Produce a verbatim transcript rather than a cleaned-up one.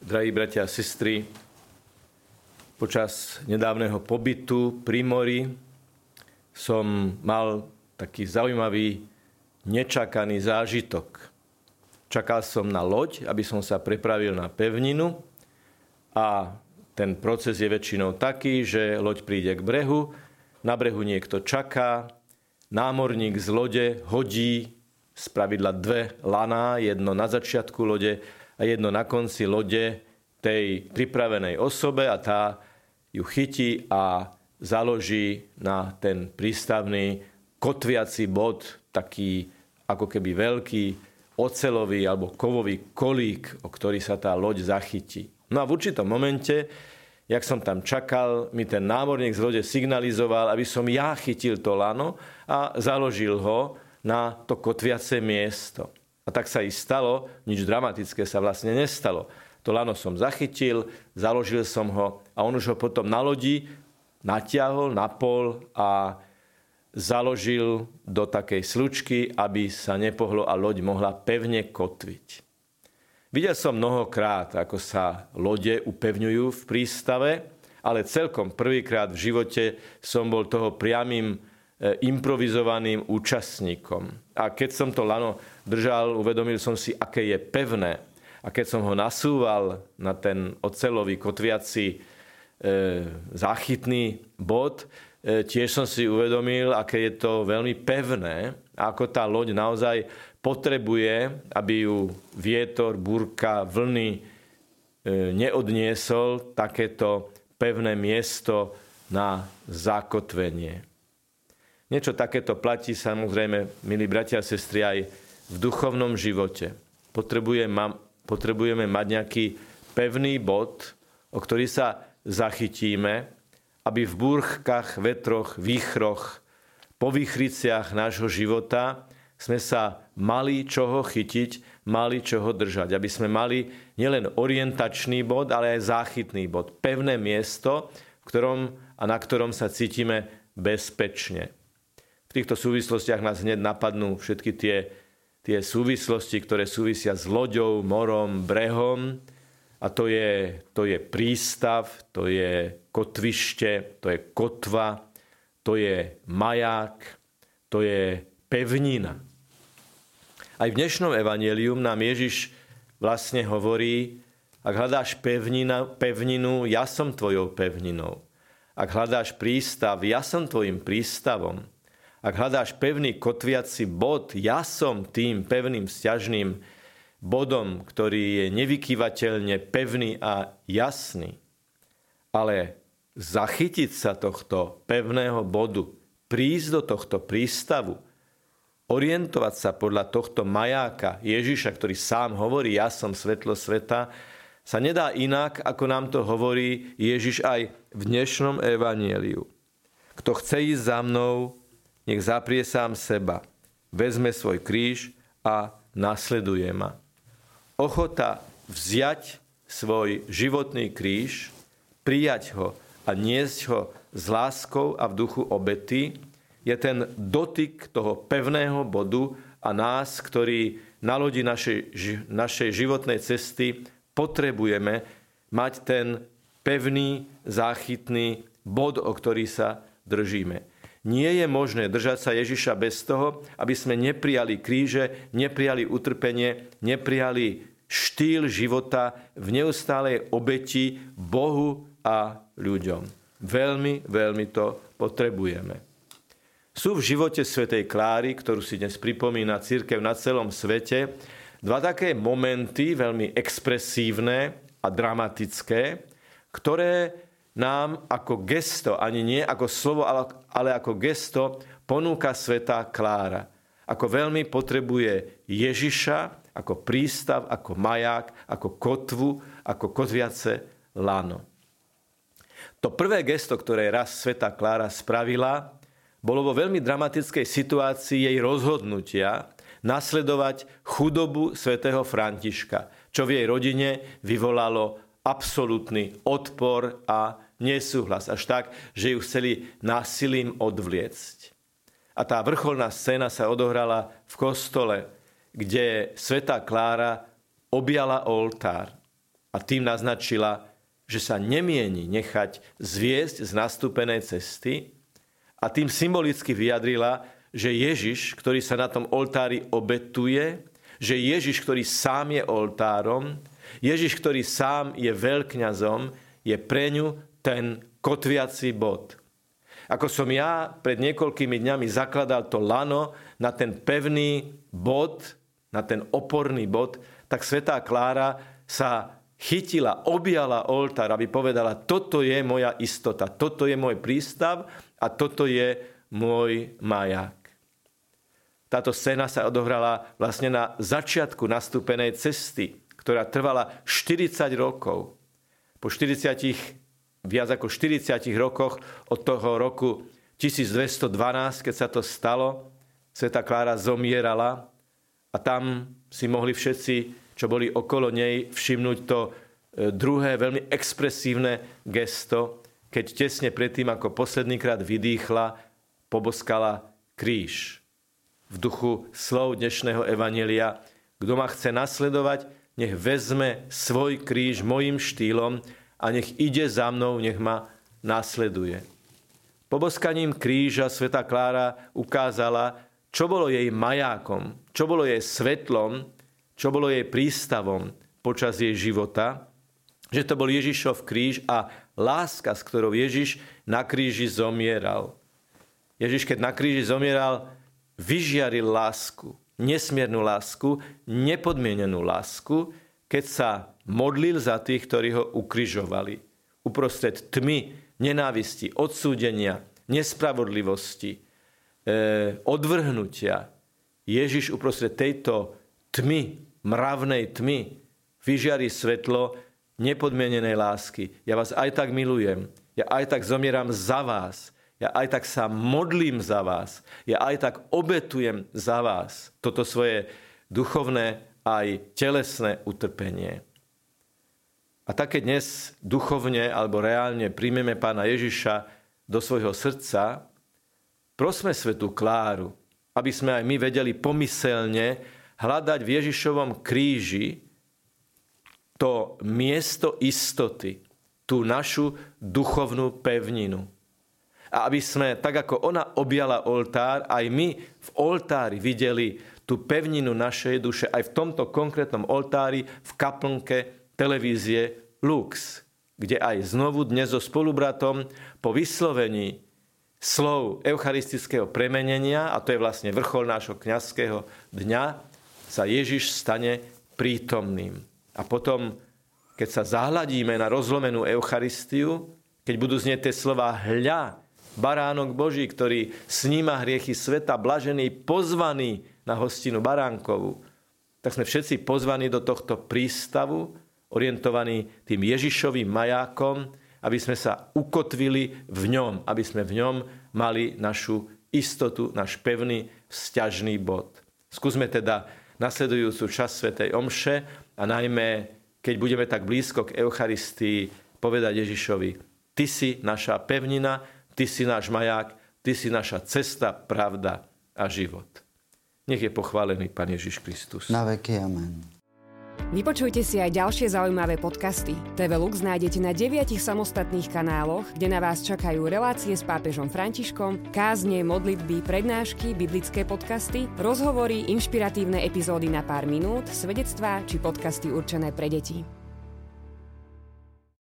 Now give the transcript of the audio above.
Drahí bratia a sestry, počas nedávneho pobytu pri mori som mal taký zaujímavý, nečakaný zážitok. Čakal som na loď, aby som sa prepravil na pevninu a ten proces je väčšinou taký, že loď príde k brehu, na brehu niekto čaká, námorník z lode hodí spravidla dve laná, jedno na začiatku lode a jedno na konci lode tej pripravenej osobe a tá ju chytí a založí na ten prístavný kotviaci bod, taký ako keby veľký oceľový alebo kovový kolík, o ktorý sa tá loď zachytí. No a v určitom momente, jak som tam čakal, mi ten námorník z lode signalizoval, aby som ja chytil to lano a založil ho na to kotviace miesto. A tak sa i stalo, nič dramatické sa vlastne nestalo. To lano som zachytil, založil som ho a on už ho potom na lodi natiahol na pol a založil do takej slučky, aby sa nepohlo a loď mohla pevne kotviť. Videl som mnohokrát, ako sa lode upevňujú v prístave, ale celkom prvýkrát v živote som bol toho priamym improvizovaným účastníkom. A keď som to lano držal, uvedomil som si, aké je pevné. A keď som ho nasúval na ten oceľový kotviaci e, záchytný bod, e, tiež som si uvedomil, aké je to veľmi pevné a ako tá loď naozaj potrebuje, aby ju vietor, búrka, vlny e, neodniesol takéto pevné miesto na zakotvenie. Niečo takéto platí samozrejme, milí bratia a sestry, aj v duchovnom živote. Potrebujeme, potrebujeme mať nejaký pevný bod, o ktorý sa zachytíme, aby v búrkach, vetroch, výchroch, po výchriciach nášho života sme sa mali čoho chytiť, mali čoho držať. Aby sme mali nielen orientačný bod, ale aj záchytný bod. Pevné miesto, v ktorom a na ktorom sa cítime bezpečne. V týchto súvislostiach nás hneď napadnú všetky tie, tie súvislosti, ktoré súvisia s loďou, morom, brehom. A to je, to je prístav, to je kotvište, to je kotva, to je maják, to je pevnina. Aj v dnešnom evanjelium nám Ježiš vlastne hovorí, ak hľadáš pevnina, pevninu, ja som tvojou pevninou. Ak hľadáš prístav, ja som tvojim prístavom. Ak hľadáš pevný kotviaci bod, ja som tým pevným sťažným bodom, ktorý je nevykývateľne pevný a jasný. Ale zachytiť sa tohto pevného bodu, prísť do tohto prístavu, orientovať sa podľa tohto majáka Ježiša, ktorý sám hovorí, ja som svetlo sveta, sa nedá inak, ako nám to hovorí Ježiš aj v dnešnom evanjeliu. Kto chce ísť za mnou, nech zaprie sám seba, vezme svoj kríž a nasleduje ma. Ochota vziať svoj životný kríž, prijať ho a niesť ho s láskou a v duchu obety je ten dotyk toho pevného bodu a nás, ktorí na lodi našej, našej životnej cesty potrebujeme mať ten pevný, záchytný bod, o ktorý sa držíme. Nie je možné držať sa Ježiša bez toho, aby sme neprijali kríže, neprijali utrpenie, neprijali štýl života v neustálej obeti Bohu a ľuďom. Veľmi, veľmi to potrebujeme. Sú v živote svätej Kláry, ktorú si dnes pripomína cirkev na celom svete, dva také momenty, veľmi expresívne a dramatické, ktoré nám ako gesto, ani nie ako slovo, ale ako gesto ponúka svätá Klára. Ako veľmi potrebuje Ježiša, ako prístav, ako maják, ako kotvu, ako kotviace lano. To prvé gesto, ktoré raz svätá Klára spravila, bolo vo veľmi dramatickej situácii jej rozhodnutia nasledovať chudobu svätého Františka, čo v jej rodine vyvolalo absolútny odpor a nesúhlas. Až tak, že ju chceli násilím odvliecť. A tá vrcholná scéna sa odohrala v kostole, kde svätá Klára objala oltár. A tým naznačila, že sa nemieni nechať zviesť z nastúpenej cesty a tým symbolicky vyjadrila, že Ježiš, ktorý sa na tom oltári obetuje, že Ježiš, ktorý sám je oltárom, Ježiš, ktorý sám je veľkňazom, je pre ňu ten kotviaci bod. Ako som ja pred niekoľkými dňami zakladal to lano na ten pevný bod, na ten oporný bod, tak svätá Klára sa chytila, objala oltár, aby povedala, toto je moja istota, toto je môj prístav a toto je môj maják. Táto scéna sa odohrala vlastne na začiatku nastúpenej cesty, ktorá trvala štyridsať rokov. Po štyridsiatich, viac ako štyridsiatich rokoch od toho roku tisícdvestodvanásť, keď sa to stalo, svätá Klára zomierala a tam si mohli všetci, čo boli okolo nej, všimnúť to druhé veľmi expresívne gesto, keď tesne predtým, ako poslednýkrát vydýchla, poboskala kríž. V duchu slov dnešného evanjelia, kto ma chce nasledovať, nech vezme svoj kríž mojím štýlom a nech ide za mnou, nech ma nasleduje. Poboskaním kríža svätá Klára ukázala, čo bolo jej majákom, čo bolo jej svetlom, čo bolo jej prístavom počas jej života, že to bol Ježišov kríž a láska, s ktorou Ježiš na kríži zomieral. Ježiš, keď na kríži zomieral, vyžiaril lásku, nesmiernu lásku, nepodmienenú lásku, keď sa modlil za tých, ktorí ho ukrižovali. Uprostred tmy, nenávisti, odsúdenia, nespravodlivosti, eh, odvrhnutia. Ježiš uprostred tejto tmy, mravnej tmy, vyžiari svetlo nepodmienenej lásky. Ja vás aj tak milujem, ja aj tak zomieram za vás, ja aj tak sa modlím za vás. Ja aj tak obetujem za vás toto svoje duchovné aj telesné utrpenie. A tak keď dnes duchovne alebo reálne príjmeme Pána Ježiša do svojho srdca, prosme svätú Kláru, aby sme aj my vedeli pomyselne hľadať v Ježišovom kríži to miesto istoty, tú našu duchovnú pevninu. A aby sme, tak ako ona objala oltár, aj my v oltári videli tú pevninu našej duše, aj v tomto konkrétnom oltári v kaplnke televízie Lux, kde aj znovu dnes so spolubratom po vyslovení slov eucharistického premenenia, a to je vlastne vrchol nášho kňazského dňa, sa Ježiš stane prítomným. A potom, keď sa zahľadíme na rozlomenú Eucharistiu, keď budú znieť tie slova hľa, baránok Boží, ktorý sníma hriechy sveta, blažený, pozvaný na hostinu baránkovú, tak sme všetci pozvaní do tohto prístavu, orientovaní tým Ježišovým majákom, aby sme sa ukotvili v ňom, aby sme v ňom mali našu istotu, náš pevný vzťažný bod. Skúsme teda nasledujúcu časť svätej omše a najmä, keď budeme tak blízko k Eucharistii, povedať Ježišovi: Ty si naša pevnina, Ty si náš maják, Ty si naša cesta, pravda a život. Nech je pochválený Pán Ježiš Kristus. Na veky amen. Vypočujte si aj ďalšie zaujímavé podcasty. té vé Lux nájdete na deviatich samostatných kanáloch, kde na vás čakajú relácie s pápežom Františkom, kázne, modlitby, prednášky, biblické podcasty, rozhovory, inšpiratívne epizódy na pár minút, svedectvá či podcasty určené pre deti.